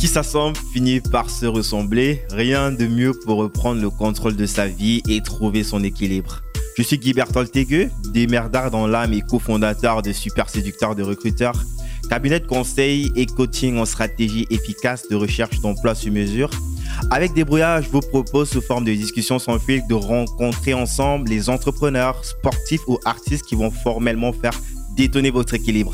Qui s'assemble finit par se ressembler. Rien de mieux pour reprendre le contrôle de sa vie et trouver son équilibre. Je suis Guy Berthold Tegueux, démerdard dans l'âme et cofondateur de Super Séducteur de Recruteurs, cabinet de conseil et coaching en stratégie efficace de recherche d'emploi sur mesure. Avec Débrouillard, je vous propose sous forme de discussion sans fil de rencontrer ensemble les entrepreneurs, sportifs ou artistes qui vont formellement faire détonner votre équilibre.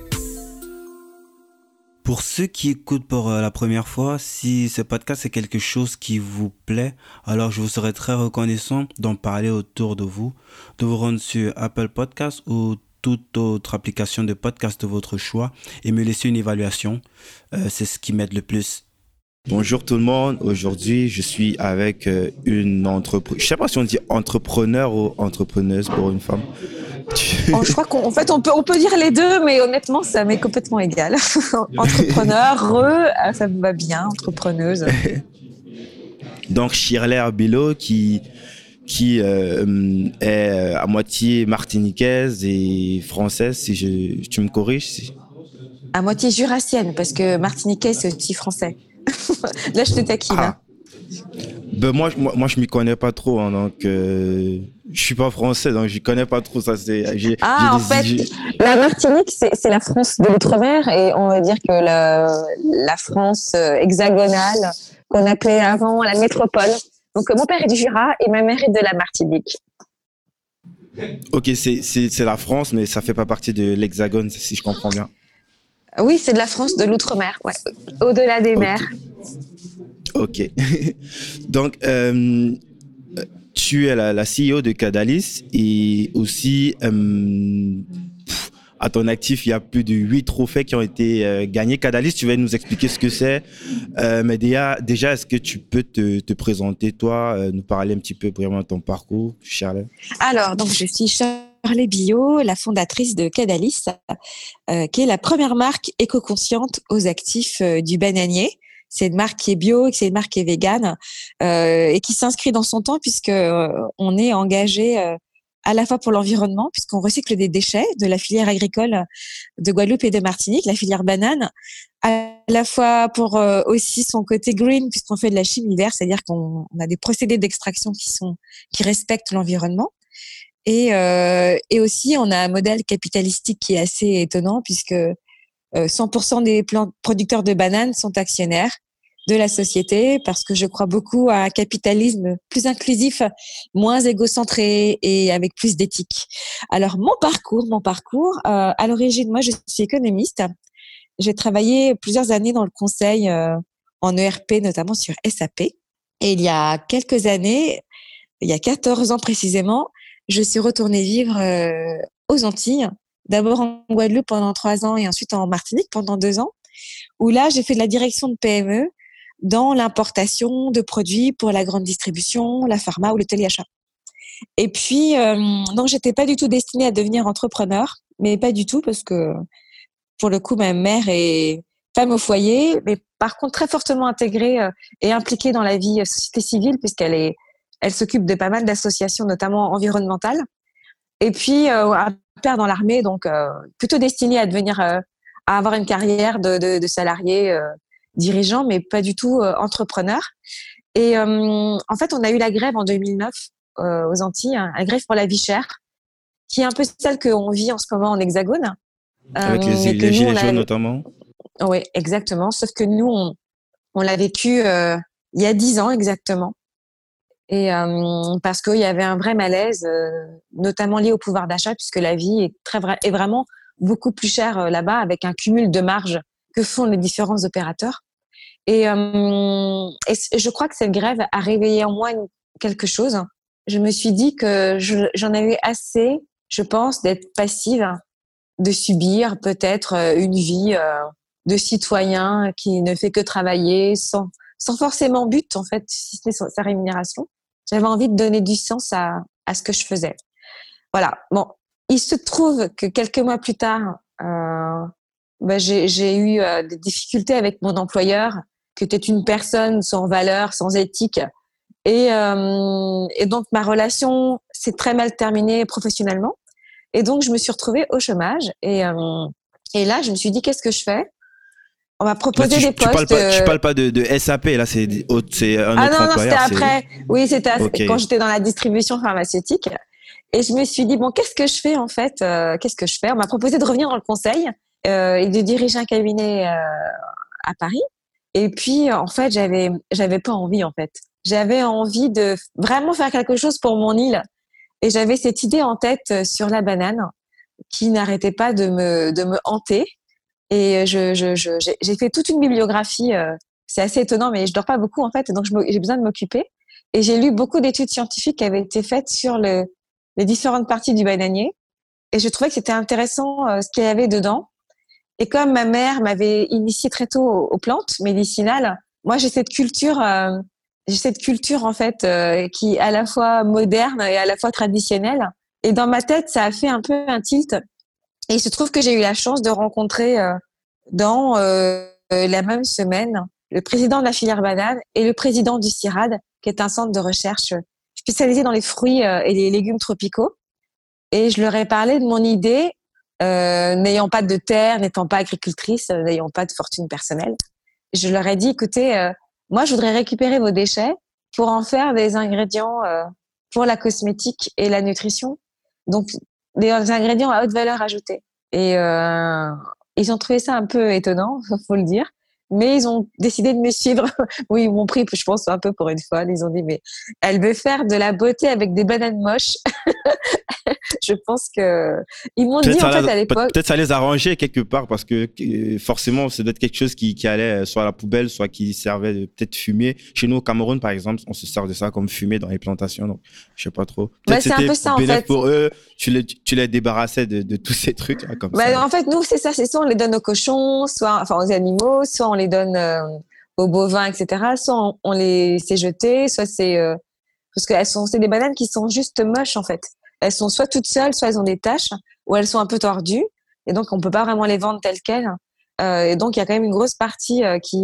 Pour ceux qui écoutent pour la première fois, si ce podcast est quelque chose qui vous plaît, alors je vous serais très reconnaissant d'en parler autour de vous rendre sur Apple Podcasts ou toute autre application de podcast de votre choix et me laisser une évaluation. C'est ce qui m'aide le plus. Bonjour tout le monde. Aujourd'hui, je suis avec une entrepreneur. Je sais pas si on dit entrepreneur ou entrepreneuse pour une femme. Je crois qu'en fait, on peut dire les deux, mais honnêtement, ça m'est complètement égal. Entrepreneur, ça me va bien, entrepreneuse. Donc, Shirley Bilo qui est à moitié martiniquaise et française, si tu me corriges. À moitié jurassienne, parce que martiniquais, c'est aussi français. Là, je te taquine. Ah. Ben moi, je m'y connais pas trop, hein, donc je suis pas français, donc je connais pas trop ça. En fait, la Martinique, c'est la France de l'outre-mer, et on va dire que la France hexagonale, qu'on appelait avant la métropole. Donc, mon père est du Jura et ma mère est de la Martinique. Ok, c'est la France, mais ça fait pas partie de l'hexagone, si je comprends bien. Oui, c'est de la France de l'outre-mer, ouais, au-delà des mers. Ok. Donc, tu es la CEO de Cadalis et aussi, à ton actif, il y a plus de 8 trophées qui ont été gagnés. Cadalis, tu vas nous expliquer ce que c'est. Mais déjà, est-ce que tu peux te présenter, toi, nous parler un petit peu brièvement de ton parcours, Charlotte? Alors, donc, je suis Shirley Bilo, la fondatrice de Cadalis, qui est la première marque éco-consciente aux actifs du bananier. C'est une marque qui est bio, c'est une marque qui est végane et qui s'inscrit dans son temps puisque on est engagé à la fois pour l'environnement puisqu'on recycle des déchets de la filière agricole de Guadeloupe et de Martinique, la filière banane, à la fois pour aussi son côté green puisqu'on fait de la chimie verte, c'est-à-dire qu'on a des procédés d'extraction qui respectent l'environnement. Et aussi, on a un modèle capitalistique qui est assez étonnant puisque 100% des producteurs de bananes sont actionnaires de la société parce que je crois beaucoup à un capitalisme plus inclusif, moins égocentré et avec plus d'éthique. Alors, mon parcours, à l'origine, moi, je suis économiste. J'ai travaillé plusieurs années dans le conseil en ERP, notamment sur SAP. Et il y a quelques années, il y a 14 ans précisément, je suis retournée vivre aux Antilles, d'abord en Guadeloupe pendant 3 ans et ensuite en Martinique pendant 2 ans, où là, j'ai fait de la direction de PME dans l'importation de produits pour la grande distribution, la pharma ou le téléachat. Et puis, donc, j'étais pas du tout destinée à devenir entrepreneur, mais pas du tout parce que, pour le coup, ma mère est femme au foyer, mais par contre très fortement intégrée et impliquée dans la vie société civile puisqu'elle s'occupe de pas mal d'associations, notamment environnementales. Et puis, un père dans l'armée, donc plutôt destiné à devenir, à avoir une carrière de salarié dirigeant, mais pas du tout entrepreneur. Et en fait, on a eu la grève en 2009 aux Antilles, la grève pour la vie chère, qui est un peu celle qu'on vit en ce moment en Hexagone. Avec les gilets jaunes notamment. Oui, exactement. Sauf que nous, on l'a vécu il y a 10 ans exactement. Et parce qu'il y avait un vrai malaise, notamment lié au pouvoir d'achat, puisque la vie est vraiment beaucoup plus chère là-bas, avec un cumul de marges que font les différents opérateurs. Et je crois que cette grève a réveillé en moi quelque chose. Je me suis dit que j'en avais assez, je pense, d'être passive, de subir peut-être une vie de citoyen qui ne fait que travailler sans forcément but, en fait, si ce n'est sa rémunération. J'avais envie de donner du sens à ce que je faisais. Voilà. Bon, il se trouve que quelques mois plus tard, j'ai eu des difficultés avec mon employeur, qui était une personne sans valeur, sans éthique. Et donc, ma relation s'est très mal terminée professionnellement. Et donc, je me suis retrouvée au chômage. Et là, je me suis dit, qu'est-ce que je fais ? On m'a Là, proposé des postes. tu parles pas de SAP, là, c'est un Ah autre non, c'était employeur. après. Oui, c'était Ok. quand j'étais dans la distribution pharmaceutique. Et je me suis dit, bon, qu'est-ce que je fais en fait? Qu'est-ce que je fais? On m'a proposé de revenir dans le conseil et de diriger un cabinet à Paris. Et puis, en fait, j'avais pas envie, en fait. J'avais envie de vraiment faire quelque chose pour mon île. Et j'avais cette idée en tête sur la banane qui n'arrêtait pas de me hanter. Et j'ai fait toute une bibliographie. C'est assez étonnant, mais je dors pas beaucoup, en fait. Donc, j'ai besoin de m'occuper. Et j'ai lu beaucoup d'études scientifiques qui avaient été faites sur les différentes parties du bananier. Et je trouvais que c'était intéressant ce qu'il y avait dedans. Et comme ma mère m'avait initiée très tôt aux plantes médicinales, moi j'ai cette culture en fait qui est à la fois moderne et à la fois traditionnelle. Et dans ma tête, ça a fait un peu un tilt. Et il se trouve que j'ai eu la chance de rencontrer dans la même semaine le président de la filière banane et le président du CIRAD, qui est un centre de recherche spécialisé dans les fruits et les légumes tropicaux. Et je leur ai parlé de mon idée, n'ayant pas de terre, n'étant pas agricultrice, n'ayant pas de fortune personnelle. Je leur ai dit, écoutez, moi, je voudrais récupérer vos déchets pour en faire des ingrédients pour la cosmétique et la nutrition. Donc, des ingrédients à haute valeur ajoutée. Et ils ont trouvé ça un peu étonnant, faut le dire. Mais ils ont décidé de me suivre. Oui, ils m'ont pris, je pense, un peu pour une folle. Ils ont dit, mais elle veut faire de la beauté avec des bananes moches. Je pense que ils m'ont dit en fait à l'époque. Peut-être ça les arrangeait quelque part parce que forcément, ça doit être quelque chose qui allait soit à la poubelle, soit qui servait de peut-être fumier. Chez nous au Cameroun, par exemple, on se sert de ça comme fumée dans les plantations. Donc, je sais pas trop. Peut-être C'est un peu ça en fait. Pour eux, tu les débarrassais de tous ces trucs là, comme ça. En fait, nous c'est ça, c'est soit on les donne aux cochons, soit enfin aux animaux, soit on les donne aux bovins, etc. Soit on les c'est jeté, soit c'est parce que c'est des bananes qui sont juste moches en fait. Elles sont soit toutes seules, soit elles ont des taches, ou elles sont un peu tordues, et donc on peut pas vraiment les vendre telles quelles. Et donc il y a quand même une grosse partie qui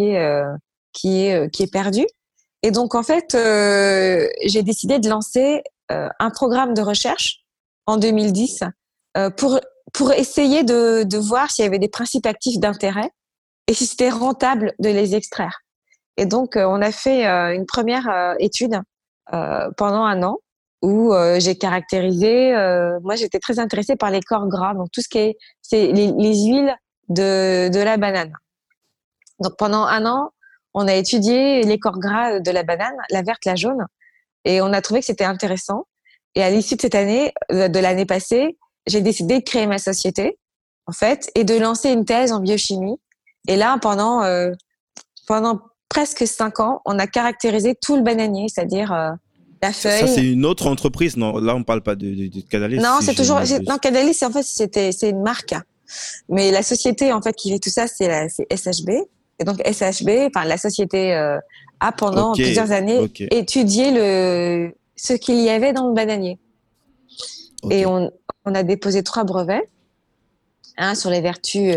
est perdue. Et donc en fait, j'ai décidé de lancer un programme de recherche en 2010 pour essayer de voir s'il y avait des principes actifs d'intérêt et si c'était rentable de les extraire. Et donc on a fait une première étude pendant un an où j'ai caractérisé. Moi, j'étais très intéressée par les corps gras, donc tout ce qui est c'est les huiles de la banane. Donc pendant un an, on a étudié les corps gras de la banane, la verte, la jaune, et on a trouvé que c'était intéressant. Et à l'issue de cette année, de l'année passée, j'ai décidé de créer ma société, en fait, et de lancer une thèse en biochimie. Et là, pendant presque 5 ans, on a caractérisé tout le bananier, c'est-à-dire la feuille. Ça, c'est une autre entreprise, non? Là, on parle pas de Cadalis. Non, c'est toujours. Non, Cadalis, en fait, c'est une marque. Mais la société, en fait, qui fait tout ça, c'est SHB. Et donc, SHB, enfin, la société a pendant plusieurs années étudié ce qu'il y avait dans le bananier. Et on a déposé 3 brevets. Un sur les vertus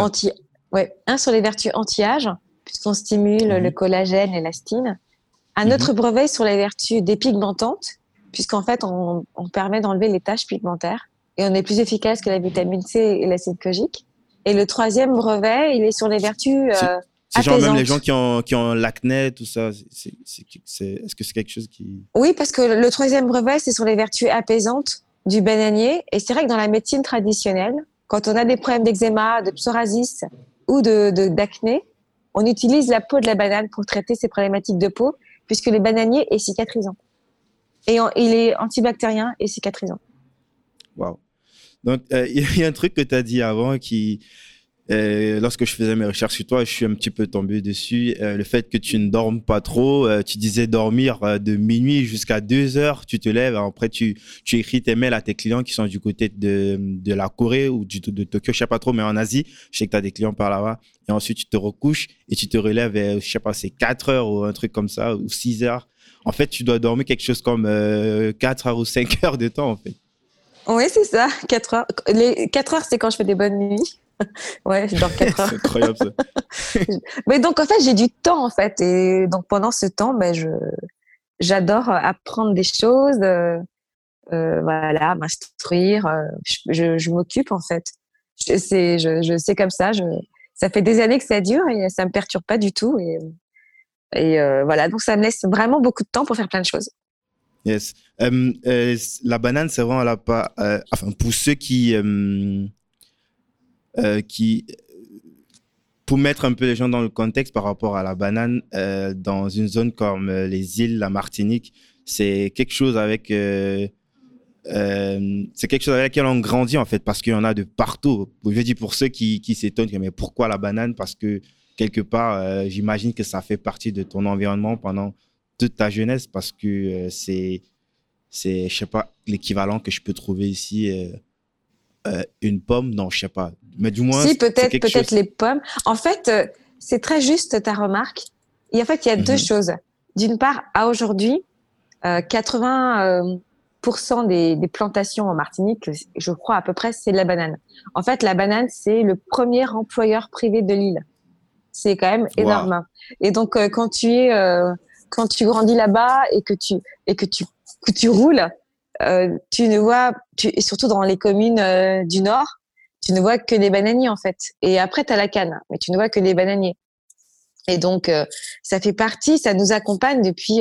un sur les vertus anti-âge, puisqu'on stimule le collagène et l'élastine. Un autre brevet sur les vertus dépigmentantes, puisqu'en fait, on permet d'enlever les taches pigmentaires et on est plus efficace que la vitamine C et l'acide kojique. Et le 3e brevet, il est sur les vertus c'est genre même les gens qui ont l'acné, tout ça. Est-ce que c'est quelque chose qui... Oui, parce que le 3e brevet, c'est sur les vertus apaisantes du bananier. Et c'est vrai que dans la médecine traditionnelle, quand on a des problèmes d'eczéma, de psoriasis ou d'acné, on utilise la peau de la banane pour traiter ces problématiques de peau, puisque le bananier est cicatrisant. Et il est antibactérien et cicatrisant. Waouh. Donc, il y a un truc que tu as dit avant qui, lorsque je faisais mes recherches sur toi, je suis un petit peu tombé dessus. Le fait que tu ne dormes pas trop, tu disais dormir de minuit jusqu'à 2 heures, tu te lèves, après tu écris tes mails à tes clients qui sont du côté de la Corée ou de Tokyo, je sais pas trop, mais en Asie, je sais que tu as des clients par là-bas. Et ensuite, tu te recouches et tu te relèves, je sais pas, c'est 4 heures ou un truc comme ça, ou 6 heures. En fait, tu dois dormir quelque chose comme 4 heures ou 5 heures de temps, en fait. Oui, c'est ça, 4 heures. Les 4 heures, c'est quand je fais des bonnes nuits. Ouais, je dors 4 heures. C'est incroyable, ça. Mais donc, en fait, j'ai du temps, en fait. Et donc, pendant ce temps, j'adore apprendre des choses, voilà, m'instruire. Je m'occupe, en fait. C'est comme ça. ça fait des années que ça dure et ça me perturbe pas du tout. Et voilà, donc ça me laisse vraiment beaucoup de temps pour faire plein de choses. Yes. La banane, c'est vraiment enfin, pour ceux qui pour mettre un peu les gens dans le contexte par rapport à la banane, dans une zone comme les îles, la Martinique, c'est quelque chose avec laquelle on grandit en fait, parce qu'il y en a de partout. Je dis pour ceux qui s'étonnent, mais pourquoi la banane? Parce que quelque part, j'imagine que ça fait partie de ton environnement pendant toute ta jeunesse, parce que je sais pas, l'équivalent que je peux trouver ici, une pomme, non, je sais pas. Mais du moins, Si, c'est quelque chose. peut-être les pommes. En fait, c'est très juste ta remarque. Et en fait, il y a deux choses. D'une part, à aujourd'hui, 80% des plantations en Martinique, je crois à peu près, c'est de la banane. En fait, la banane, c'est le premier employeur privé de l'île. C'est quand même énorme. Wow. Et donc, quand tu grandis là-bas et que tu roules, tu ne vois, et surtout dans les communes du Nord, tu ne vois que des bananiers en fait. Et après, tu as la canne, mais tu ne vois que des bananiers. Et donc, ça fait partie, ça nous accompagne depuis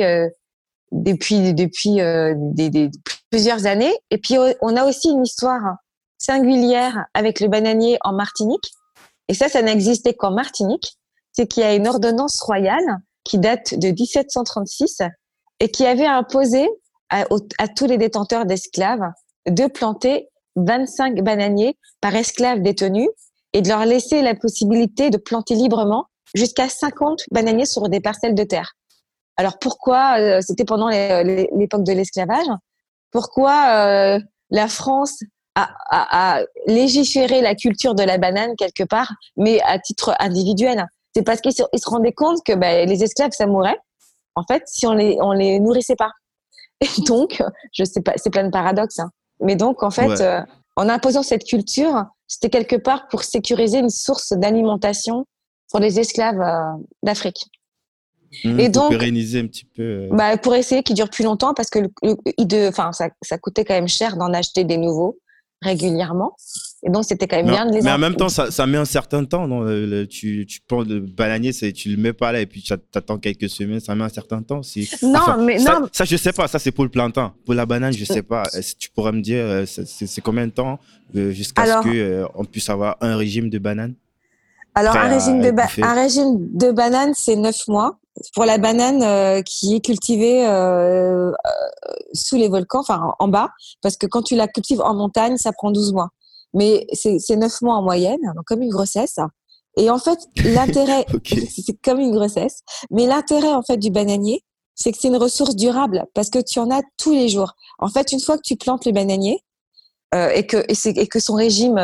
plusieurs années. Et puis, on a aussi une histoire singulière avec le bananier en Martinique. Et ça n'existait qu'en Martinique. C'est qu'il y a une ordonnance royale qui date de 1736 et qui avait imposé à tous les détenteurs d'esclaves de planter 25 bananiers par esclave détenu et de leur laisser la possibilité de planter librement jusqu'à 50 bananiers sur des parcelles de terre. Alors pourquoi, c'était pendant l'époque de l'esclavage, pourquoi la France a légiféré la culture de la banane quelque part, mais à titre individuel? C'est parce qu'ils se rendaient compte que les esclaves, ça mourait, en fait, si on les nourrissait pas. Et donc, je sais pas, c'est plein de paradoxes, hein. Mais donc, en fait, Ouais. en imposant cette culture, c'était quelque part pour sécuriser une source d'alimentation pour les esclaves d'Afrique. Et Pour donc, pérenniser un petit peu. pour essayer qu'ils durent plus longtemps, parce que ça coûtait quand même cher d'en acheter des nouveaux régulièrement. Et donc, c'était quand même bien de les Mais en même temps, ça met un certain temps. Non? Tu prends le bananier, tu le mets pas là et puis tu attends quelques semaines, ça met un certain temps. Non, Enfin, mais ça, non. ça, je sais pas, ça c'est pour le plantain. Pour la banane, je sais pas. Est-ce que tu pourrais me dire, c'est combien de temps jusqu'à ce Alors, que on puisse avoir un régime de banane alors prêt à être bouffé? un régime de banane, c'est 9 mois. Pour la banane qui est cultivée sous les volcans, enfin en bas, parce que quand tu la cultives en montagne, ça prend 12 mois. Mais c'est 9 mois en moyenne, donc comme une grossesse. Et en fait, l'intérêt, Ok. c'est comme une grossesse, mais l'intérêt en fait du bananier, c'est que c'est une ressource durable parce que tu en as tous les jours. En fait, une fois que tu plantes le bananier et que son régime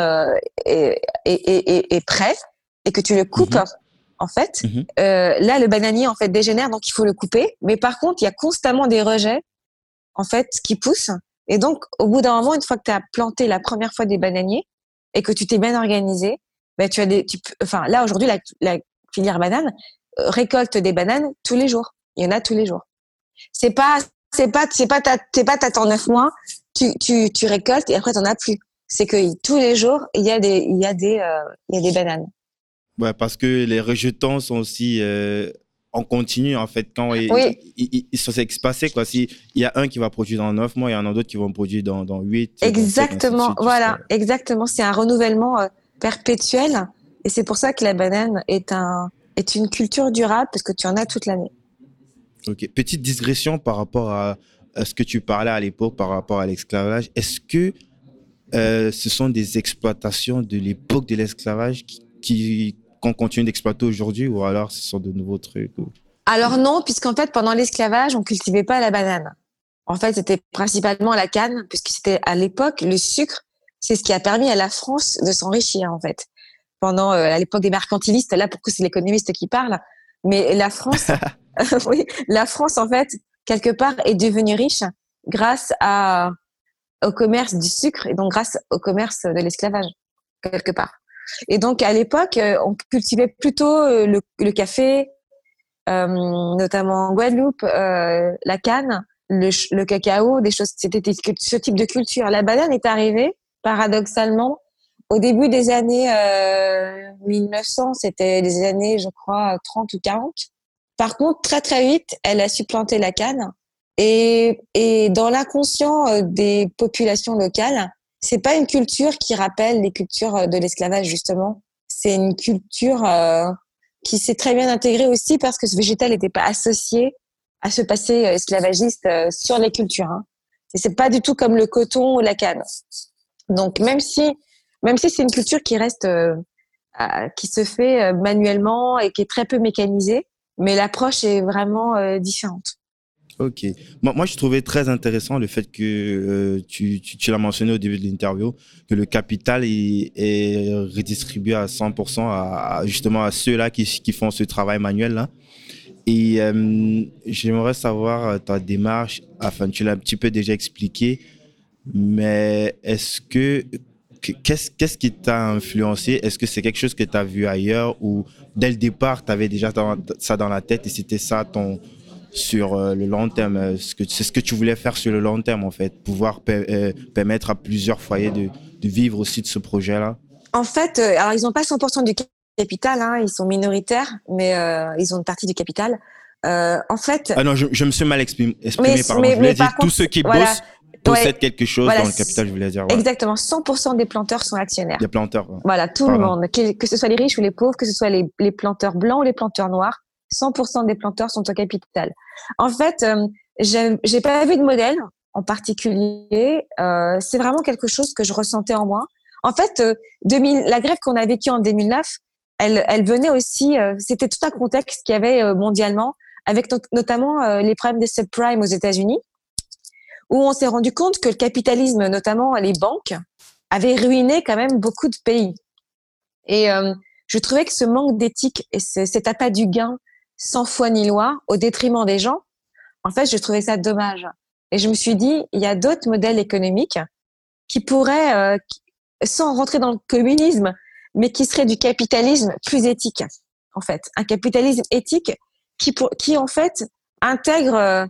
est prêt et que tu le coupes, en fait, Mhm. là le bananier en fait dégénère, donc il faut le couper. Mais par contre, il y a constamment des rejets en fait qui poussent. Et donc, au bout d'un moment, une fois que tu as planté la première fois des bananiers et que tu t'es bien organisé, là aujourd'hui la filière banane récolte des bananes tous les jours. Il y en a tous les jours. T'attends 9 mois, tu récoltes et après t'en as plus. C'est que tous les jours il y a des bananes. Ouais, parce que les rejetons sont aussi en continu, en fait, quand Oui, ils sont espacés, quoi. Si il y a un qui va produire dans 9 mois, il y en a d'autres qui vont produire dans 8, dans 7, ainsi de exactement. suite. Voilà, exactement. C'est un renouvellement perpétuel et c'est pour ça que la banane est une culture durable parce que tu en as toute l'année. Ok. Petite digression par rapport à ce que tu parlais à l'époque, par rapport à l'esclavage. Est-ce que ce sont des exploitations de l'époque de l'esclavage qu'on continue d'exploiter aujourd'hui, ou alors ce sont de nouveaux trucs Alors non, puisqu'en fait pendant l'esclavage on cultivait pas la banane. En fait, c'était principalement la canne, puisque c'était à l'époque le sucre, c'est ce qui a permis à la France de s'enrichir en fait. Pendant à l'époque des mercantilistes, là pour que c'est l'économiste qui parle, mais la France, oui, la France en fait quelque part est devenue riche grâce au commerce du sucre et donc grâce au commerce de l'esclavage quelque part. Et donc à l'époque, on cultivait plutôt le café, notamment en Guadeloupe, la canne, le cacao, des choses. C'était ce type de culture. La banane est arrivée paradoxalement au début des années 1900, c'était les années, je crois, 30 ou 40. Par contre, très très vite, elle a supplanté la canne. Et dans l'inconscient des populations locales, c'est pas une culture qui rappelle les cultures de l'esclavage, justement. C'est une culture qui s'est très bien intégrée aussi parce que ce végétal n'était pas associé à ce passé esclavagiste sur les cultures. Hein. Et c'est pas du tout comme le coton ou la canne. Donc même si c'est une culture qui reste qui se fait manuellement et qui est très peu mécanisée, mais l'approche est vraiment différente. Ok. Moi, je trouvais très intéressant le fait que tu l'as mentionné au début de l'interview, que le capital est redistribué à 100% justement à ceux-là qui font ce travail manuel-là. Et j'aimerais savoir ta démarche, enfin, tu l'as un petit peu déjà expliqué, mais qu'est-ce qui t'a influencé? Est-ce que c'est quelque chose que tu as vu ailleurs ou dès le départ, tu avais déjà ça dans la tête et c'était ça sur le long terme, c'est ce que tu voulais faire sur le long terme en fait, pouvoir permettre à plusieurs foyers de vivre aussi de ce projet-là? En fait, alors ils n'ont pas 100% du capital, hein, ils sont minoritaires, mais ils ont une partie du capital. En fait, Ah non, je me suis mal exprimé, pardon. Je voulais mais dire par contre, tous ceux qui voilà, bossent possèdent ouais, quelque chose voilà, dans le capital, je voulais dire. Ouais. exactement, 100% des planteurs sont actionnaires. Des planteurs. Ouais. Voilà, tout Pardon. le monde, que ce soit les riches ou les pauvres, que ce soit les planteurs blancs ou les planteurs noirs, 100% des planteurs sont au capital. En fait, j'ai pas vu de modèle en particulier. C'est vraiment quelque chose que je ressentais en moi. En fait, la grève qu'on a vécue en 2009, elle venait aussi. C'était tout un contexte qu'il y avait mondialement, avec notamment les problèmes des subprimes aux États-Unis, où on s'est rendu compte que le capitalisme, notamment les banques, avait ruiné quand même beaucoup de pays. Et je trouvais que ce manque d'éthique et cet appât du gain sans foi ni loi au détriment des gens, en fait, je trouvais ça dommage. Et je me suis dit, il y a d'autres modèles économiques qui pourraient, sans rentrer dans le communisme, mais qui seraient du capitalisme plus éthique, en fait. Un capitalisme éthique qui en fait, intègre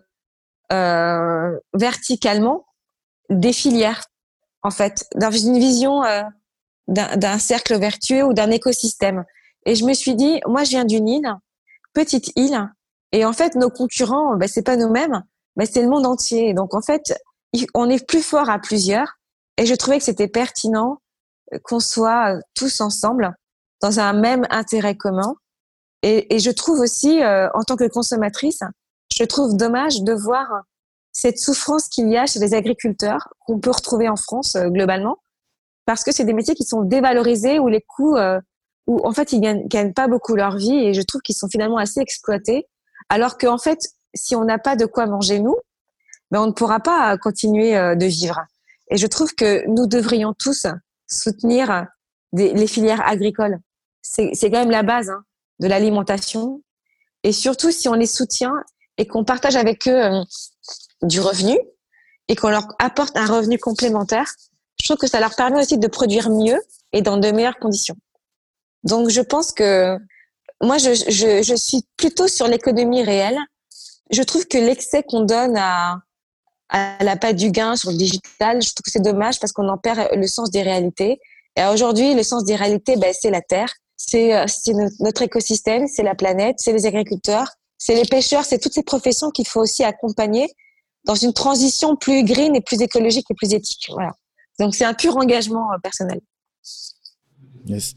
verticalement des filières, en fait, dans une vision d'un cercle vertueux ou d'un écosystème. Et je me suis dit, moi, je viens d'une île, petite île, et en fait, nos concurrents, c'est pas nous-mêmes, c'est le monde entier. Et donc, en fait, on est plus fort à plusieurs. Et je trouvais que c'était pertinent qu'on soit tous ensemble dans un même intérêt commun. Et je trouve aussi, en tant que consommatrice, je trouve dommage de voir cette souffrance qu'il y a chez les agriculteurs qu'on peut retrouver en France globalement, parce que c'est des métiers qui sont dévalorisés où les coûts, où en fait ils gagnent pas beaucoup leur vie et je trouve qu'ils sont finalement assez exploités. Alors qu'en fait, si on n'a pas de quoi manger nous, on ne pourra pas continuer de vivre. Et je trouve que nous devrions tous soutenir les filières agricoles. C'est quand même la base de l'alimentation. Et surtout si on les soutient et qu'on partage avec eux du revenu et qu'on leur apporte un revenu complémentaire, je trouve que ça leur permet aussi de produire mieux et dans de meilleures conditions. Donc, je pense que moi, je suis plutôt sur l'économie réelle. Je trouve que l'excès qu'on donne à l'appât du gain sur le digital, je trouve que c'est dommage parce qu'on en perd le sens des réalités. Et aujourd'hui, le sens des réalités, c'est la terre, c'est notre écosystème, c'est la planète, c'est les agriculteurs, c'est les pêcheurs, c'est toutes ces professions qu'il faut aussi accompagner dans une transition plus green et plus écologique et plus éthique. Voilà. Donc, c'est un pur engagement personnel. Yes.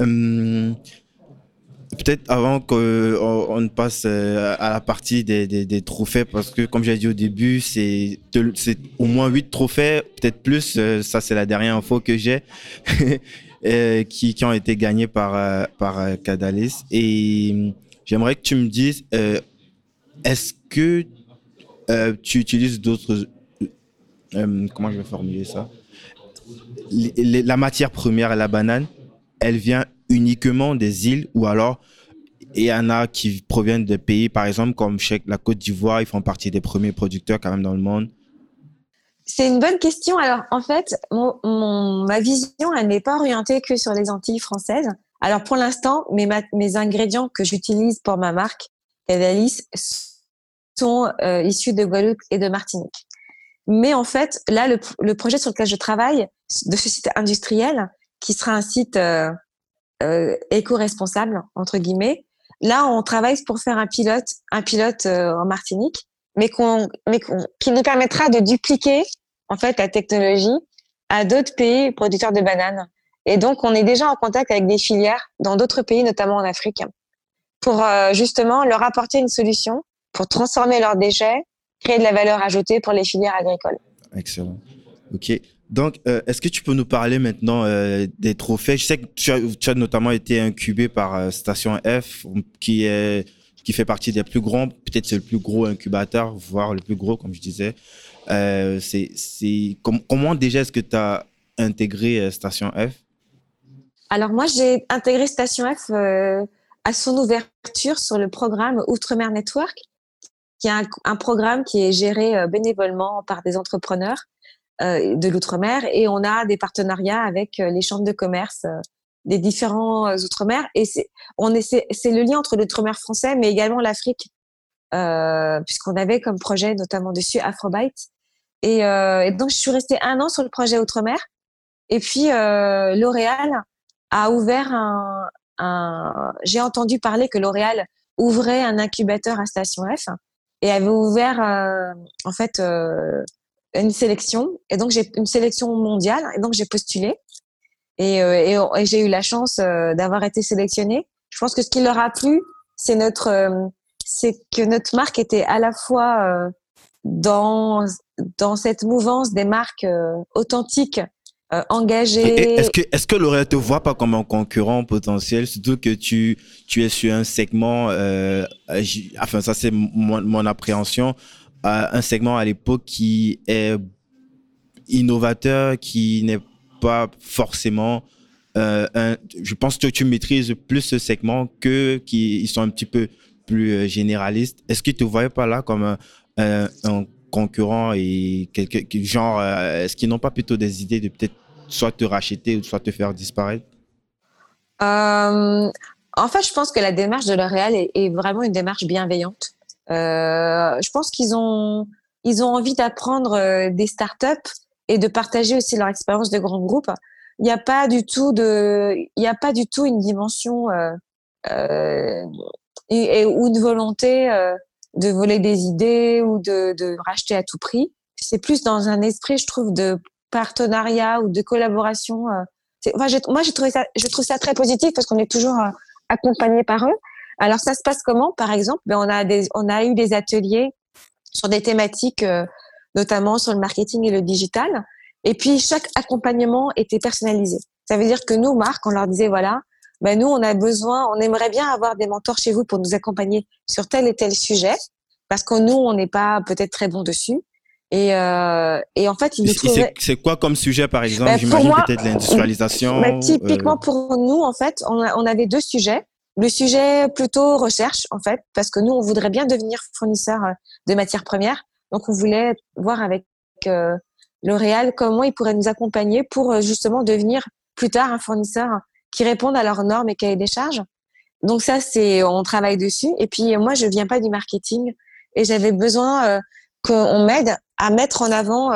Peut-être avant qu'on ne passe à la partie des trophées, parce que comme j'ai dit au début, c'est au moins 8 trophées, peut-être plus, ça c'est la dernière info que j'ai, qui ont été gagnés par Cadalis. Et j'aimerais que tu me dises, est-ce que tu utilises d'autres... comment je vais formuler ça? La matière première, la banane, elle vient uniquement des îles ou alors il y en a qui proviennent de pays, par exemple, comme la Côte d'Ivoire, ils font partie des premiers producteurs quand même dans le monde. C'est une bonne question. Alors, en fait, ma vision, elle n'est pas orientée que sur les Antilles françaises. Alors, pour l'instant, mes ingrédients que j'utilise pour ma marque, Cadalis, sont issus de Guadeloupe et de Martinique. Mais en fait, là, le projet sur lequel je travaille, de ce site industriel, qui sera un site éco-responsable entre guillemets. Là, on travaille pour faire un pilote en Martinique, qui nous permettra de dupliquer en fait la technologie à d'autres pays producteurs de bananes. Et donc, on est déjà en contact avec des filières dans d'autres pays, notamment en Afrique, pour justement leur apporter une solution pour transformer leurs déchets, créer de la valeur ajoutée pour les filières agricoles. Excellent. Ok. Donc, est-ce que tu peux nous parler maintenant des trophées? Je sais que tu as notamment été incubé par Station F, qui fait partie des plus grands, peut-être c'est le plus gros incubateur, voire le plus gros, comme je disais. Comment déjà est-ce que tu as intégré Station F? Alors moi, j'ai intégré Station F à son ouverture sur le programme Outre-mer Network, qui est un programme qui est géré bénévolement par des entrepreneurs de l'outre-mer, et on a des partenariats avec les chambres de commerce des différents outre-mer, et c'est le lien entre l'outre-mer français mais également l'Afrique, puisqu'on avait comme projet notamment dessus Afrobyte, et donc je suis restée 1 an sur le projet outre-mer, et puis L'Oréal a ouvert j'ai entendu parler que L'Oréal ouvrait un incubateur à Station F et avait ouvert en fait une sélection, et donc j'ai une sélection mondiale, et donc j'ai postulé, et j'ai eu la chance d'avoir été sélectionnée. Je pense que ce qui leur a plu, c'est que notre marque était à la fois dans cette mouvance des marques authentiques, engagées. Est-ce que L'Oréal te voit pas comme un concurrent potentiel, surtout que tu es sur un segment, enfin ça c'est mon appréhension, un segment à l'époque qui est innovateur, qui n'est pas forcément je pense que tu maîtrises plus ce segment qu'ils sont un petit peu plus généralistes. Est-ce qu'ils te voyaient pas là comme un concurrent et genre, est-ce qu'ils n'ont pas plutôt des idées de peut-être soit te racheter ou soit te faire disparaître? En fait, je pense que la démarche de L'Oréal est vraiment une démarche bienveillante. Je pense qu'ils ont envie d'apprendre des startups et de partager aussi leur expérience de grands groupes. Il n'y a pas du tout une dimension ou une volonté de voler des idées ou de racheter à tout prix. C'est plus dans un esprit, je trouve, de partenariat ou de collaboration. Je trouve ça très positif parce qu'on est toujours accompagné par eux. Alors ça se passe comment? Par exemple, on a eu des ateliers sur des thématiques, notamment sur le marketing et le digital. Et puis chaque accompagnement était personnalisé. Ça veut dire que nous, Marc, on leur disait voilà, nous on aimerait bien avoir des mentors chez vous pour nous accompagner sur tel et tel sujet, parce que nous on n'est pas peut-être très bon dessus. Et en fait, ils nous trouvaient... C'est quoi comme sujet, par exemple? J'imagine peut-être l'industrialisation. Typiquement pour nous, en fait, on avait 2 sujets. Le sujet plutôt recherche, en fait, parce que nous, on voudrait bien devenir fournisseur de matières premières. Donc, on voulait voir avec L'Oréal comment ils pourraient nous accompagner pour justement devenir plus tard un fournisseur qui réponde à leurs normes et cahiers des charges. Donc ça, on travaille dessus. Et puis moi, je viens pas du marketing et j'avais besoin qu'on m'aide à mettre en avant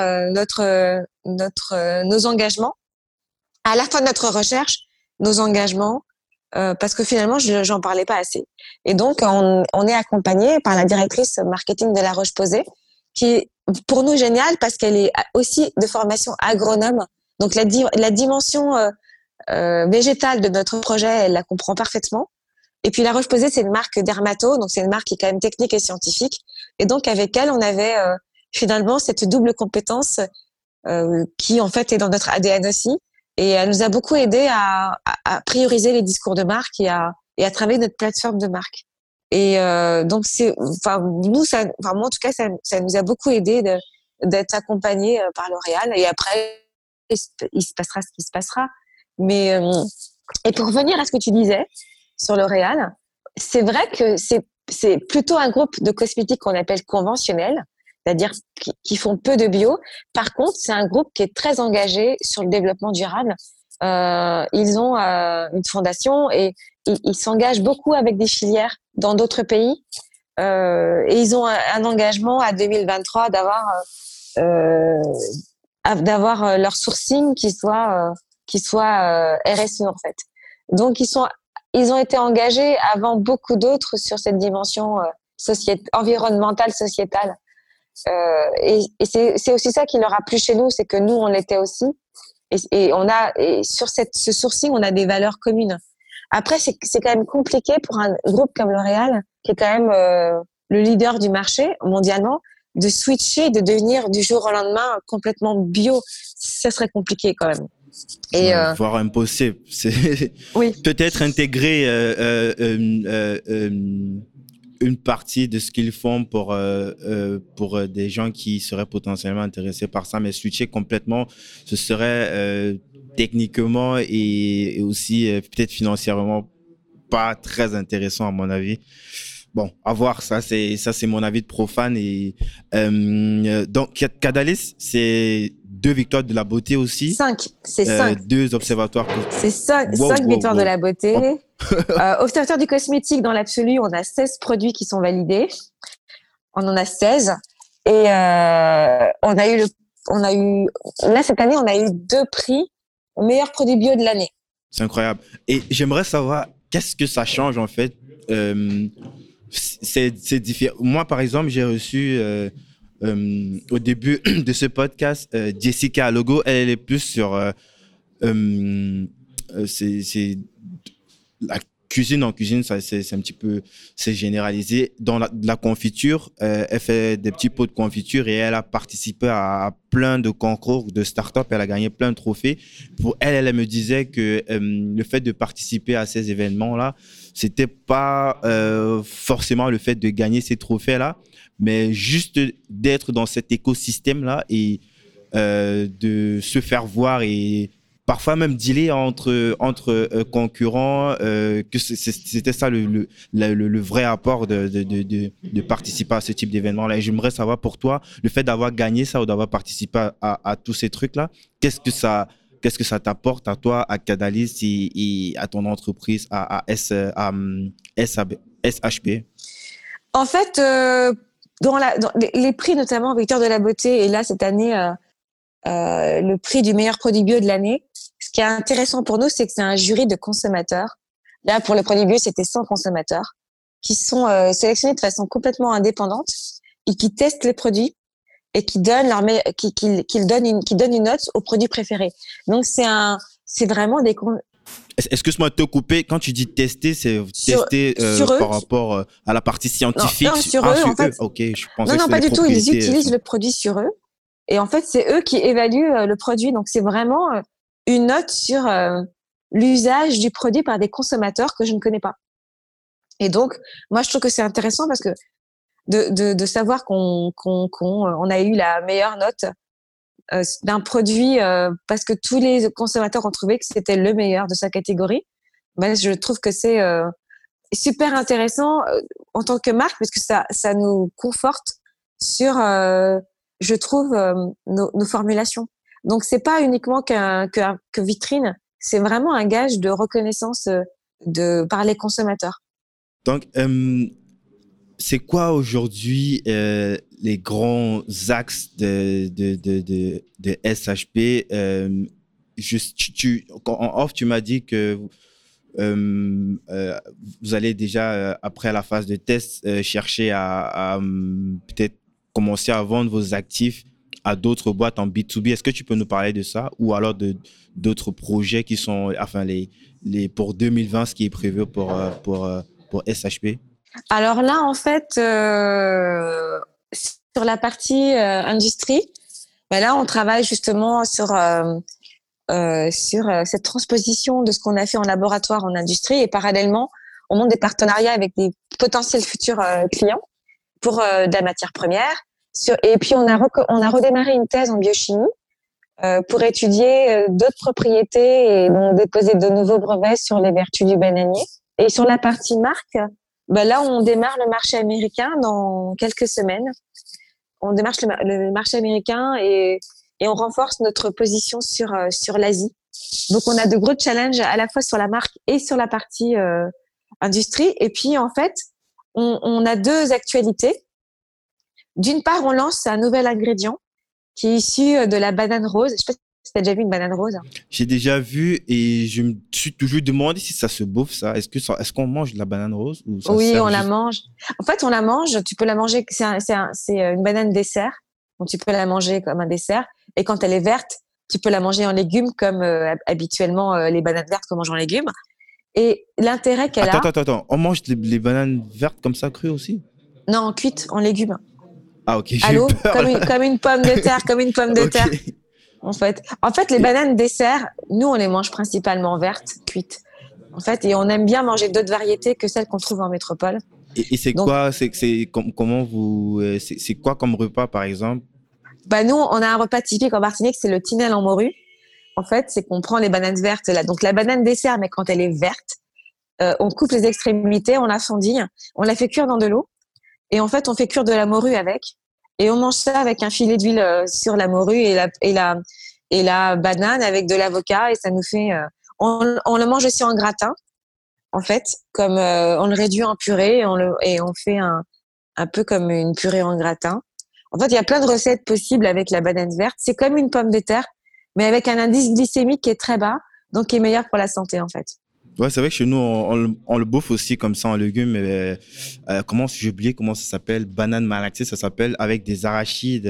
nos engagements, à la fin de notre recherche, nos engagements, parce que finalement, j'en parlais pas assez. Et donc, on est accompagné par la directrice marketing de La Roche-Posay, qui est pour nous géniale parce qu'elle est aussi de formation agronome. Donc, la dimension végétale de notre projet, elle la comprend parfaitement. Et puis, La Roche-Posay, c'est une marque dermato, donc c'est une marque qui est quand même technique et scientifique. Et donc, avec elle, on avait finalement cette double compétence qui, en fait, est dans notre ADN aussi. Et elle nous a beaucoup aidé à prioriser les discours de marque et à travailler notre plateforme de marque. Et donc, moi, en tout cas, ça nous a beaucoup aidé d'être accompagnés par L'Oréal. Et après, il se passera ce qui se passera. Mais, et pour revenir à ce que tu disais sur L'Oréal, c'est vrai que c'est plutôt un groupe de cosmétiques qu'on appelle conventionnels, c'est-à-dire qui font peu de bio. Par contre, c'est un groupe qui est très engagé sur le développement durable. Ils ont une fondation et ils s'engagent beaucoup avec des filières dans d'autres pays. Et ils ont un engagement à 2023 d'avoir leur sourcing qui qui soit RSE en fait. Donc ils ont été engagés avant beaucoup d'autres sur cette dimension environnementale, sociétale. Et c'est aussi ça qui leur a plu chez nous, c'est que nous on l'était aussi. Et sur ce sourcing, on a des valeurs communes. Après, c'est quand même compliqué pour un groupe comme L'Oréal, qui est quand même le leader du marché mondialement, de switcher, de devenir du jour au lendemain complètement bio. Ça serait compliqué quand même. Et voire impossible. C'est oui. Peut-être intégrer une partie de ce qu'ils font pour des gens qui seraient potentiellement intéressés par ça, mais switcher complètement, ce serait techniquement et aussi peut-être financièrement pas très intéressant à mon avis. Bon, à voir, ça c'est mon avis de profane. Et donc Cadalis, c'est 2 victoires de la beauté aussi. 5, c'est 5. 2 observatoires. C'est 5 victoires de la beauté. Observatoire du cosmétique, dans l'absolu, on a 16 produits qui sont validés. On en a 16. Et là, cette année, on a eu 2 prix au meilleur produit bio de l'année. C'est incroyable. Et j'aimerais savoir, qu'est-ce que ça change en fait? C'est différent. Moi, par exemple, j'ai reçu au début de ce podcast Jessica Alogo. Elle est plus sur c'est la cuisine. En cuisine, ça c'est un petit peu, c'est généralisé. Dans la confiture, elle fait des petits pots de confiture et elle a participé à plein de concours de start-up. Elle a gagné plein de trophées. Pour elle, elle me disait que le fait de participer à ces événements-là, c'était pas forcément le fait de gagner ces trophées-là, mais juste d'être dans cet écosystème-là et de se faire voir et parfois même dealer entre concurrents, que c'était ça le vrai apport de participer à ce type d'événement-là. Et j'aimerais savoir pour toi, le fait d'avoir gagné ça ou d'avoir participé à tous ces trucs-là, qu'est-ce que ça t'apporte à toi, à Cadalis et à ton entreprise, à SHP? En fait, dans les prix, notamment Victoire de la beauté, et là, cette année, le prix du meilleur produit bio de l'année. Ce qui est intéressant pour nous, c'est que c'est un jury de consommateurs. Là, pour le produit bio, c'était 100 consommateurs qui sont sélectionnés de façon complètement indépendante et qui testent les produits et qui donnent donnent une note aux produits préférés. Donc, c'est vraiment des... Excuse-moi de te couper. Quand tu dis tester, c'est tester par rapport à la partie scientifique. Non, sur eux, en fait. Ok, je pensais non, que pas du tout. Ils utilisent le produit sur eux. Et en fait, c'est eux qui évaluent le produit. Donc, c'est vraiment une note sur l'usage du produit par des consommateurs que je ne connais pas. Et donc, moi, je trouve que c'est intéressant parce que de savoir qu'on a eu la meilleure note d'un produit parce que tous les consommateurs ont trouvé que c'était le meilleur de sa catégorie. Ben, je trouve que c'est super intéressant en tant que marque parce que ça nous conforte sur je trouve nos formulations. Donc c'est pas uniquement que vitrine, c'est vraiment un gage de reconnaissance par les consommateurs. Donc c'est quoi aujourd'hui les grands axes de SHP? En off, tu m'as dit que vous allez déjà, après la phase de test, chercher à peut-être commencer à vendre vos actifs à d'autres boîtes en B2B. Est-ce que tu peux nous parler de ça ou alors d'autres projets qui sont, enfin, pour 2020, ce qui est prévu pour SHP? Alors là, en fait, sur la partie industrie, ben là, on travaille justement sur cette transposition de ce qu'on a fait en laboratoire en industrie et parallèlement, on monte des partenariats avec des potentiels futurs clients pour de la matière première. Et puis, on a redémarré une thèse en biochimie pour étudier d'autres propriétés et donc déposer de nouveaux brevets sur les vertus du bananier. Et sur la partie marque, ben là, on démarre le marché américain dans quelques semaines. On démarre le marché américain et on renforce notre position sur l'Asie. Donc, on a de gros challenges à la fois sur la marque et sur la partie industrie. Et puis, en fait, on a 2 actualités. D'une part, on lance un nouvel ingrédient qui est issu de la banane rose. Je sais pas Si t'as déjà vu une banane rose? J'ai déjà vu et je me suis toujours demandé si ça se bouffe, ça. Est-ce qu'on mange de la banane rose ou ça Oui, sert on la juste... mange. En fait, on la mange. Tu peux la manger. C'est une banane dessert. Donc, tu peux la manger comme un dessert. Et quand elle est verte, tu peux la manger en légumes comme habituellement les bananes vertes qu'on mange en légumes. Et l'intérêt qu'elle a, Attends. On mange les bananes vertes comme ça crues aussi? non, cuite en légumes. Ah, ok, À j'ai eu l'eau, peur. comme une pomme de terre, comme une pomme de Ok. terre. En fait, les bananes dessert, nous, on les mange principalement vertes, cuites. En fait, et on aime bien manger d'autres variétés que celles qu'on trouve en métropole. Et c'est Donc, quoi, comment vous, c'est quoi comme repas, par exemple? bah, nous, on a un repas typique en Martinique, c'est le tinel en morue. En fait, c'est qu'on prend les bananes vertes, là. Donc, la banane dessert, mais quand elle est verte, on coupe les extrémités, on la fendille, on la fait cuire dans de l'eau. Et en fait, on fait cuire de la morue avec. Et on mange ça avec un filet d'huile sur la morue et la banane avec de l'avocat. Et ça nous fait. On le mange aussi en gratin, en fait, comme on le réduit en purée et on fait un peu comme une purée en gratin. En fait, il y a plein de recettes possibles avec la banane verte. C'est comme une pomme de terre, mais avec un indice glycémique qui est très bas, donc qui est meilleur pour la santé, en fait. Ouais, c'est vrai que chez nous, on le bouffe aussi comme ça en légumes. J'ai oublié comment ça s'appelle? Banane malaxée, ça s'appelle, avec des arachides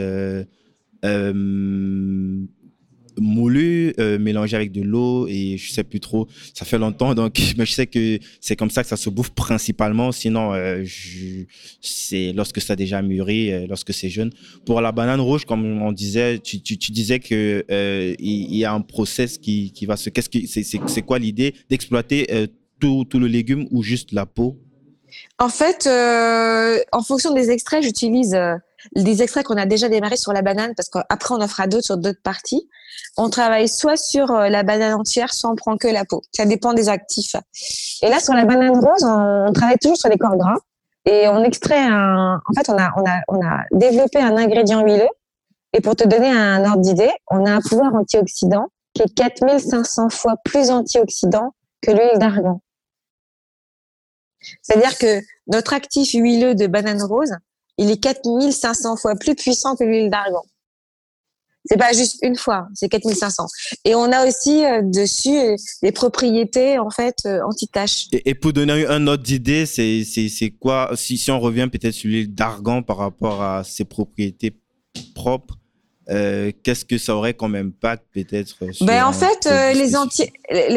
euh, moulu mélangé avec de l'eau et je sais plus trop, ça fait longtemps donc mais je sais que c'est comme ça que ça se bouffe principalement, sinon c'est lorsque ça a déjà mûri, lorsque c'est jeune. Pour la banane rouge, comme on disait, tu disais que il y a un process qui va se... c'est quoi l'idée d'exploiter tout le légume ou juste la peau? En fait, en fonction des extraits, j'utilise des extraits qu'on a déjà démarrés sur la banane parce qu'après on en fera d'autres sur d'autres parties. On travaille soit sur la banane entière, soit on prend que la peau. Ça dépend des actifs. Et là, sur la banane rose, on travaille toujours sur les corps gras et on extrait En fait, on a développé un ingrédient huileux. Et pour te donner un ordre d'idée, on a un pouvoir antioxydant qui est 4500 fois plus antioxydant que l'huile d'argan. C'est-à-dire que notre actif huileux de banane rose, il est 4500 fois plus puissant que l'huile d'argan. C'est pas juste une fois, c'est 4500. Et on a aussi dessus des propriétés en fait anti-taches. Et pour donner un ordre d'idée, c'est quoi, si on revient peut-être sur l'huile d'argan par rapport à ses propriétés propres, qu'est-ce que ça aurait comme impact peut-être sur Ben en un fait, produit spécifique?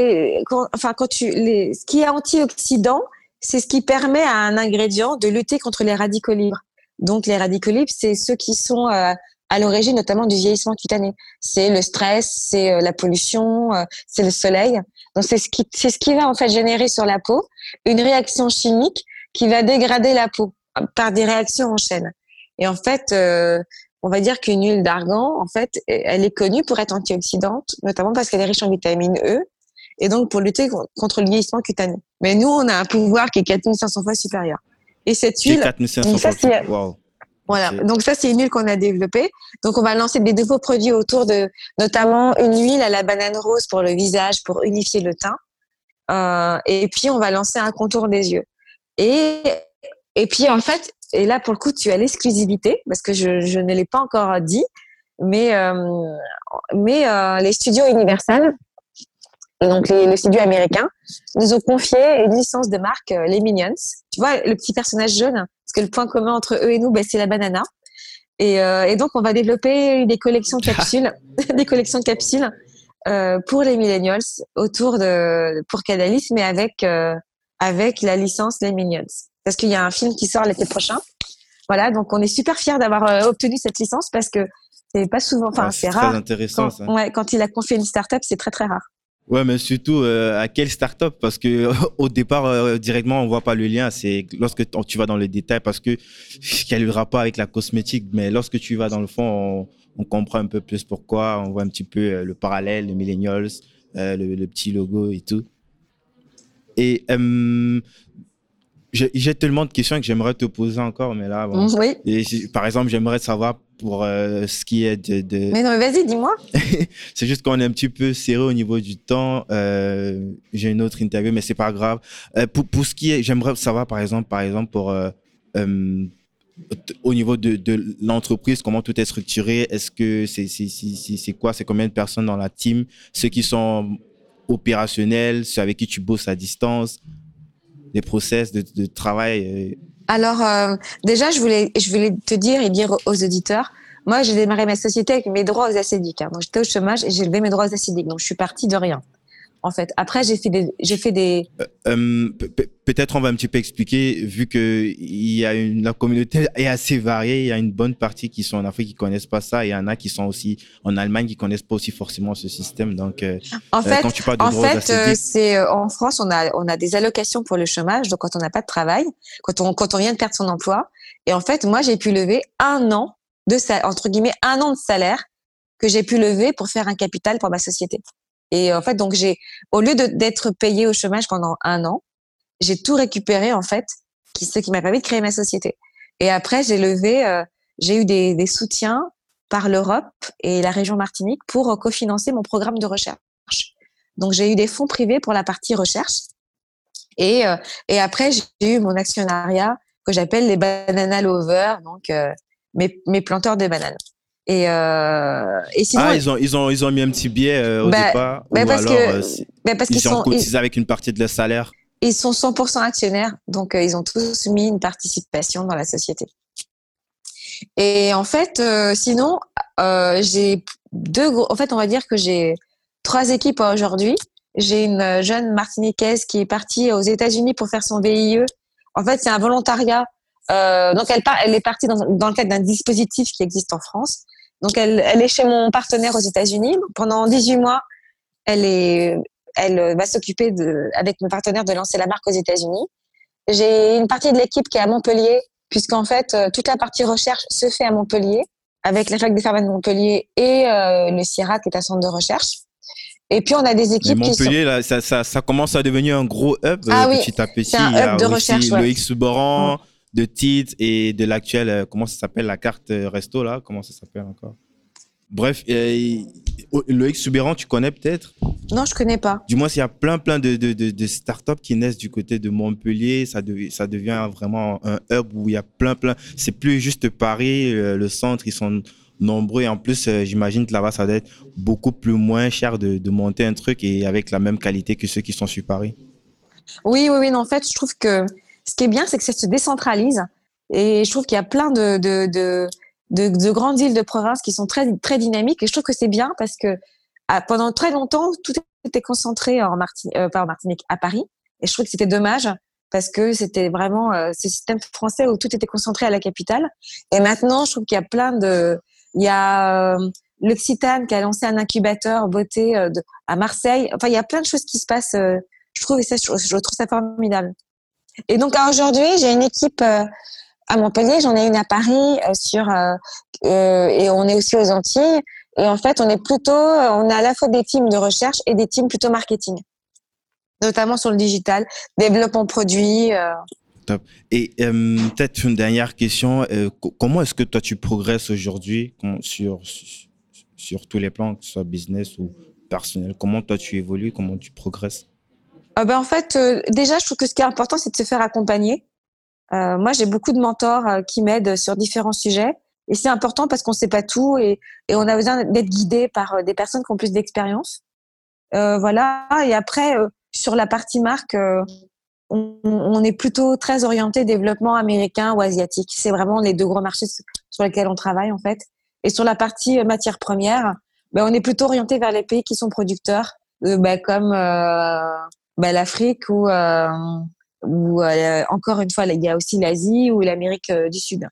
ce qui est antioxydant, c'est ce qui permet à un ingrédient de lutter contre les radicaux libres. Donc les radicaux libres, c'est ceux qui sont à l'origine notamment du vieillissement cutané. C'est le stress, c'est la pollution, c'est le soleil. Donc c'est ce qui va en fait générer sur la peau une réaction chimique qui va dégrader la peau par des réactions en chaîne. Et en fait, on va dire qu'une huile d'argan, en fait, elle est connue pour être antioxydante, notamment parce qu'elle est riche en vitamine E et donc pour lutter contre le vieillissement cutané. Mais nous, on a un pouvoir qui est 4500 fois supérieur. Et cette Qui est huile, 4500 ça, fois. Wow. voilà. Ok. Donc ça, c'est une huile qu'on a développée. Donc on va lancer des nouveaux produits autour de, notamment une huile à la banane rose pour le visage, pour unifier le teint. Et puis on va lancer un contour des yeux. Et puis en fait, et là pour le coup, tu as l'exclusivité parce que je ne l'ai pas encore dit, mais les studios Universal, donc le studio américain, nous ont confié une licence de marque, les Minions. Tu vois, le petit personnage jaune, parce que le point commun entre eux et nous, c'est la banana. Et donc, on va développer des collections capsules, pour les millennials pour Cadalis, mais avec la licence les Minions. Parce qu'il y a un film qui sort l'été prochain. Voilà, donc on est super fiers d'avoir obtenu cette licence parce que c'est pas souvent, Ah, c'est c'est très rare. intéressant ça. Quand il a confié une start-up, c'est très très rare. Ouais, mais surtout à quelle start-up? Parce que au départ, directement, on voit pas le lien. C'est lorsque tu vas dans les détails, parce que il y a le rapport avec la cosmétique. Mais lorsque tu vas dans le fond, on comprend un peu plus pourquoi. On voit un petit peu le parallèle, les millennials, le petit logo et tout. Et j'ai tellement de questions que j'aimerais te poser encore, mais là, bon. Oui. Par exemple, j'aimerais savoir pour ce qui est Mais non, mais vas-y, dis-moi. C'est juste qu'on est un petit peu serré au niveau du temps. J'ai une autre interview, mais c'est pas grave. Pour ce qui est, j'aimerais savoir, par exemple, pour au niveau de l'entreprise, comment tout est structuré? Est-ce que c'est quoi? C'est combien de personnes dans la team? Ceux qui sont opérationnels, ceux avec qui tu bosses à distance, les process de travail? Alors, déjà, je voulais te dire et dire aux auditeurs, moi, j'ai démarré ma société avec mes droits aux ACDIC. Hein. Donc, j'étais au chômage et j'ai levé mes droits aux ACDIC. Donc, je suis partie de rien, en fait. Après, j'ai fait des. Peut-être on va un petit peu expliquer, vu que la communauté est assez variée. Il y a une bonne partie qui sont en Afrique qui connaissent pas ça. Et il y en a qui sont aussi en Allemagne qui connaissent pas aussi forcément ce système. Donc, quand tu parles de droits aux ACDIC, c'est en France, on a des allocations pour le chômage. Donc, quand on n'a pas de travail, quand on vient de perdre son emploi, et en fait, moi, j'ai pu lever entre guillemets, 1 an de salaire que j'ai pu lever pour faire un capital pour ma société. Et en fait, donc au lieu d'être payé au chômage pendant 1 an, j'ai tout récupéré en fait, ce qui m'a permis de créer ma société. Et après, j'ai eu des soutiens par l'Europe et la région Martinique pour cofinancer mon programme de recherche. Donc, j'ai eu des fonds privés pour la partie recherche. Et après, j'ai eu mon actionnariat que j'appelle les Banana Lovers, donc mes planteurs de bananes. Et sinon, ils ont mis un petit biais au départ, ou parce ils ont cotisé avec une partie de leur salaire. Ils sont 100% actionnaires, donc ils ont tous mis une participation dans la société. Et en fait, sinon, j'ai en fait, on va dire que j'ai 3 équipes aujourd'hui. J'ai une jeune Martiniquaise qui est partie aux États-Unis pour faire son VIE. En fait, c'est un volontariat. Donc, elle est partie dans le cadre d'un dispositif qui existe en France. Donc, elle est chez mon partenaire aux États-Unis. Pendant 18 mois, elle va s'occuper avec mon partenaire de lancer la marque aux États-Unis. J'ai une partie de l'équipe qui est à Montpellier, puisqu'en fait, toute la partie recherche se fait à Montpellier, avec la Fac des Pharma de Montpellier et le CIRA, qui est un centre de recherche. Et puis, on a des équipes Montpellier, là, ça commence à devenir un gros hub petit à petit. C'est un hub de recherche. Le X-Souberan, de Tilt et de l'actuel, comment ça s'appelle, la carte resto, là, comment ça s'appelle encore? Bref, le X-Souberan, tu connais peut-être? Non, je connais pas. Du moins, il y a plein de startups qui naissent du côté de Montpellier. Ça devient vraiment un hub où il y a plein. C'est plus juste Paris, le centre, ils sont nombreux. Et en plus, j'imagine que là-bas, ça doit être beaucoup plus moins cher de monter un truc et avec la même qualité que ceux qui sont sur Paris. Oui. Non, en fait, je trouve que ce qui est bien, c'est que ça se décentralise. Et je trouve qu'il y a plein de grandes îles de province qui sont très, très dynamiques. Et je trouve que c'est bien parce que pendant très longtemps, tout était concentré pas en Martinique, à Paris. Et je trouve que c'était dommage parce que c'était vraiment ce système français où tout était concentré à la capitale. Et maintenant, je trouve qu'il y a il y a l'Occitane qui a lancé un incubateur beauté à Marseille. Enfin, il y a plein de choses qui se passent. Je trouve ça formidable. Et donc, aujourd'hui, j'ai une équipe à Montpellier, j'en ai une à Paris et on est aussi aux Antilles. Et en fait, on a à la fois des teams de recherche et des teams plutôt marketing, notamment sur le digital, développement produit. Top. Et peut-être une dernière question. Comment est-ce que toi, tu progresses aujourd'hui sur tous les plans, que ce soit business ou personnel? Comment toi, tu évolues? Comment tu progresses? En fait, déjà, je trouve que ce qui est important, c'est de se faire accompagner. Moi, j'ai beaucoup de mentors qui m'aident sur différents sujets. Et c'est important parce qu'on ne sait pas tout et on a besoin d'être guidé par des personnes qui ont plus d'expérience. Voilà. Et après, sur la partie marque, on est plutôt très orienté développement américain ou asiatique. C'est vraiment les 2 gros marchés sur lesquels on travaille, en fait. Et sur la partie matières premières, on est plutôt orienté vers les pays qui sont producteurs, comme l'Afrique ou encore une fois, il y a aussi l'Asie ou l'Amérique du Sud.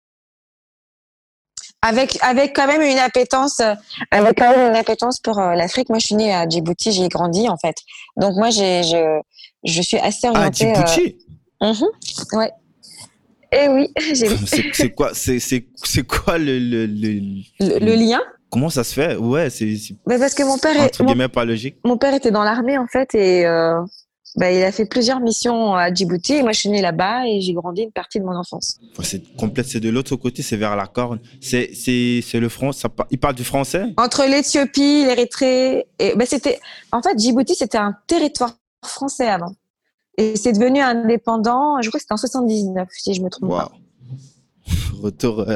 Avec quand même une appétence, pour l'Afrique. Moi, je suis née à Djibouti, j'y ai grandi en fait. Donc moi, je suis assez orientée. Ah, Djibouti. Ouais. Et oui, j'ai vu. C'est quoi le lien? Comment ça se fait? Ouais, parce que mon père entre guillemets pas logique. Mon père était dans l'armée en fait et il a fait plusieurs missions à Djibouti. Et moi, je suis née là-bas et j'ai grandi une partie de mon enfance. C'est complète. C'est de l'autre côté, c'est vers la Corne. C'est le français. Il parle du français? Entre l'Éthiopie, l'Érythrée. En fait, Djibouti, c'était un territoire français avant. Et c'est devenu indépendant. Je crois que c'était en 79, si je me trompe pas. retour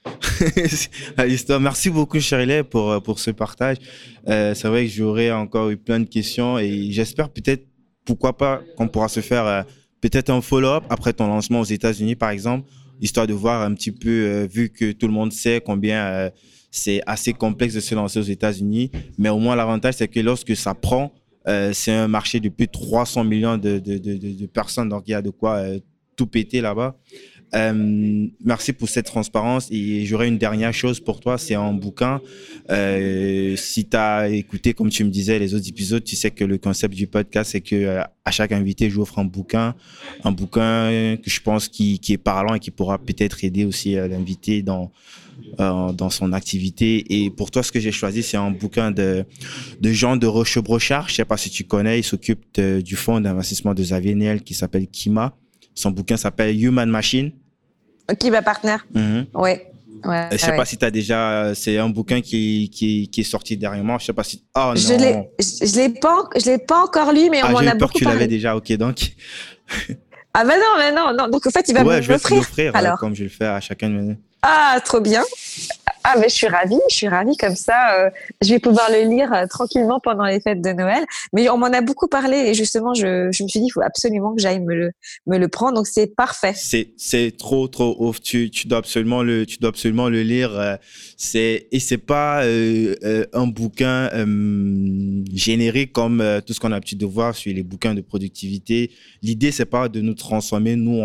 à l'histoire. Merci beaucoup, Shirley, pour ce partage. C'est vrai que j'aurais encore eu plein de questions et j'espère peut-être, pourquoi pas, qu'on pourra se faire peut-être un follow-up après ton lancement aux États-Unis, par exemple, histoire de voir un petit peu, vu que tout le monde sait combien c'est assez complexe de se lancer aux États-Unis, mais au moins l'avantage, c'est que lorsque ça prend, c'est un marché de plus de 300 millions de personnes, donc il y a de quoi tout péter là-bas. Merci pour cette transparence et j'aurais une dernière chose pour toi, c'est un bouquin. Si tu as écouté, comme tu me disais, les autres épisodes, tu sais que le concept du podcast, c'est que à chaque invité, j'offre un bouquin que je pense qui est parlant et qui pourra peut-être aider aussi l'invité dans son activité. Et pour toi, ce que j'ai choisi, c'est un bouquin de Jean de Rochebrochard. Je sais pas si tu connais, il s'occupe du fonds d'investissement de Xavier Niel qui s'appelle Kima. Son bouquin s'appelle Human Machine. Kima Partner. Ouais. Je sais pas si tu as déjà. C'est un bouquin qui est sorti dernièrement. Je sais pas si. Oh non. Je l'ai pas encore lu, mais on m'en a beaucoup parlé. J'ai peur que tu l'avais déjà. Ok, donc. Ah mais non. Donc en fait, il va je vais m'offrir. Alors, comme je le fais à chacun de mes. Ah, trop bien. Ah, mais je suis ravie comme ça. Je vais pouvoir le lire tranquillement pendant les fêtes de Noël. Mais on m'en a beaucoup parlé et justement, je me suis dit, il faut absolument que j'aille me le prendre. Donc, c'est parfait. C'est trop ouf. Tu dois absolument le lire. C'est pas un bouquin générique comme tout ce qu'on a l'habitude de voir sur les bouquins de productivité. L'idée, c'est pas de nous transformer, nous,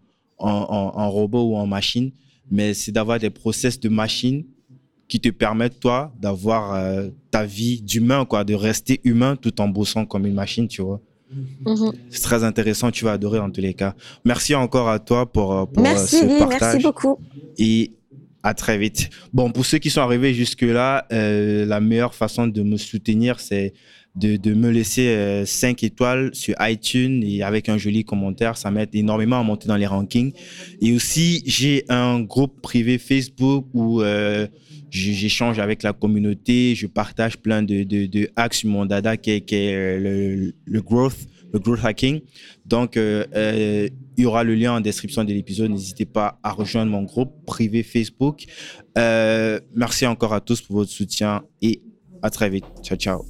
en robot ou en machine, mais c'est d'avoir des process de machine qui te permettent, toi, d'avoir ta vie d'humain, quoi, de rester humain tout en bossant comme une machine, tu vois. C'est très intéressant, tu vas adorer dans tous les cas. Merci encore à toi pour ce partage. Merci beaucoup. Et à très vite. Bon, pour ceux qui sont arrivés jusque-là, la meilleure façon de me soutenir, c'est de me laisser 5 étoiles sur iTunes et avec un joli commentaire. Ça m'aide énormément à monter dans les rankings. Et aussi, j'ai un groupe privé Facebook où j'échange avec la communauté. Je partage plein de hacks sur mon dada qui est le growth hacking. Donc, il y aura le lien en description de l'épisode. N'hésitez pas à rejoindre mon groupe privé Facebook. Merci encore à tous pour votre soutien et à très vite. Ciao, ciao.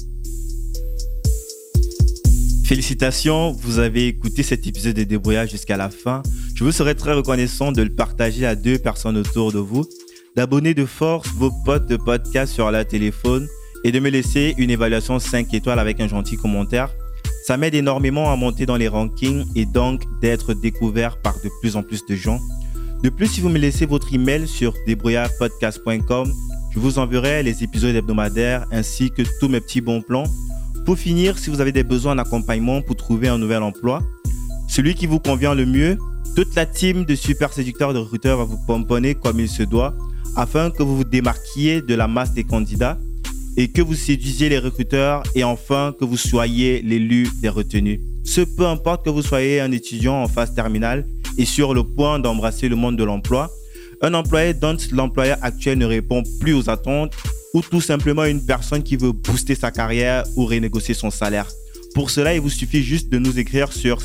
Félicitations, vous avez écouté cet épisode de Débrouillard jusqu'à la fin. Je vous serais très reconnaissant de le partager à 2 personnes autour de vous, d'abonner de force vos potes de podcast sur leur téléphone et de me laisser une évaluation 5 étoiles avec un gentil commentaire. Ça m'aide énormément à monter dans les rankings et donc d'être découvert par de plus en plus de gens. De plus, si vous me laissez votre email sur débrouillardpodcast.com, je vous enverrai les épisodes hebdomadaires ainsi que tous mes petits bons plans. Pour finir, si vous avez des besoins d'accompagnement pour trouver un nouvel emploi, celui qui vous convient le mieux, toute la team de super séducteurs de recruteurs va vous pomponner comme il se doit afin que vous vous démarquiez de la masse des candidats et que vous séduisiez les recruteurs et enfin que vous soyez l'élu des retenus. Ce peu importe que vous soyez un étudiant en phase terminale et sur le point d'embrasser le monde de l'emploi, un employé dont l'employeur actuel ne répond plus aux attentes ou tout simplement une personne qui veut booster sa carrière ou renégocier son salaire. Pour cela, il vous suffit juste de nous écrire sur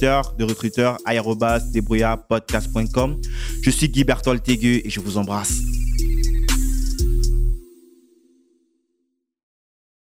superséducteur@débrouillardpodcast.com. Je suis Guy Berthold Tégueux et je vous embrasse.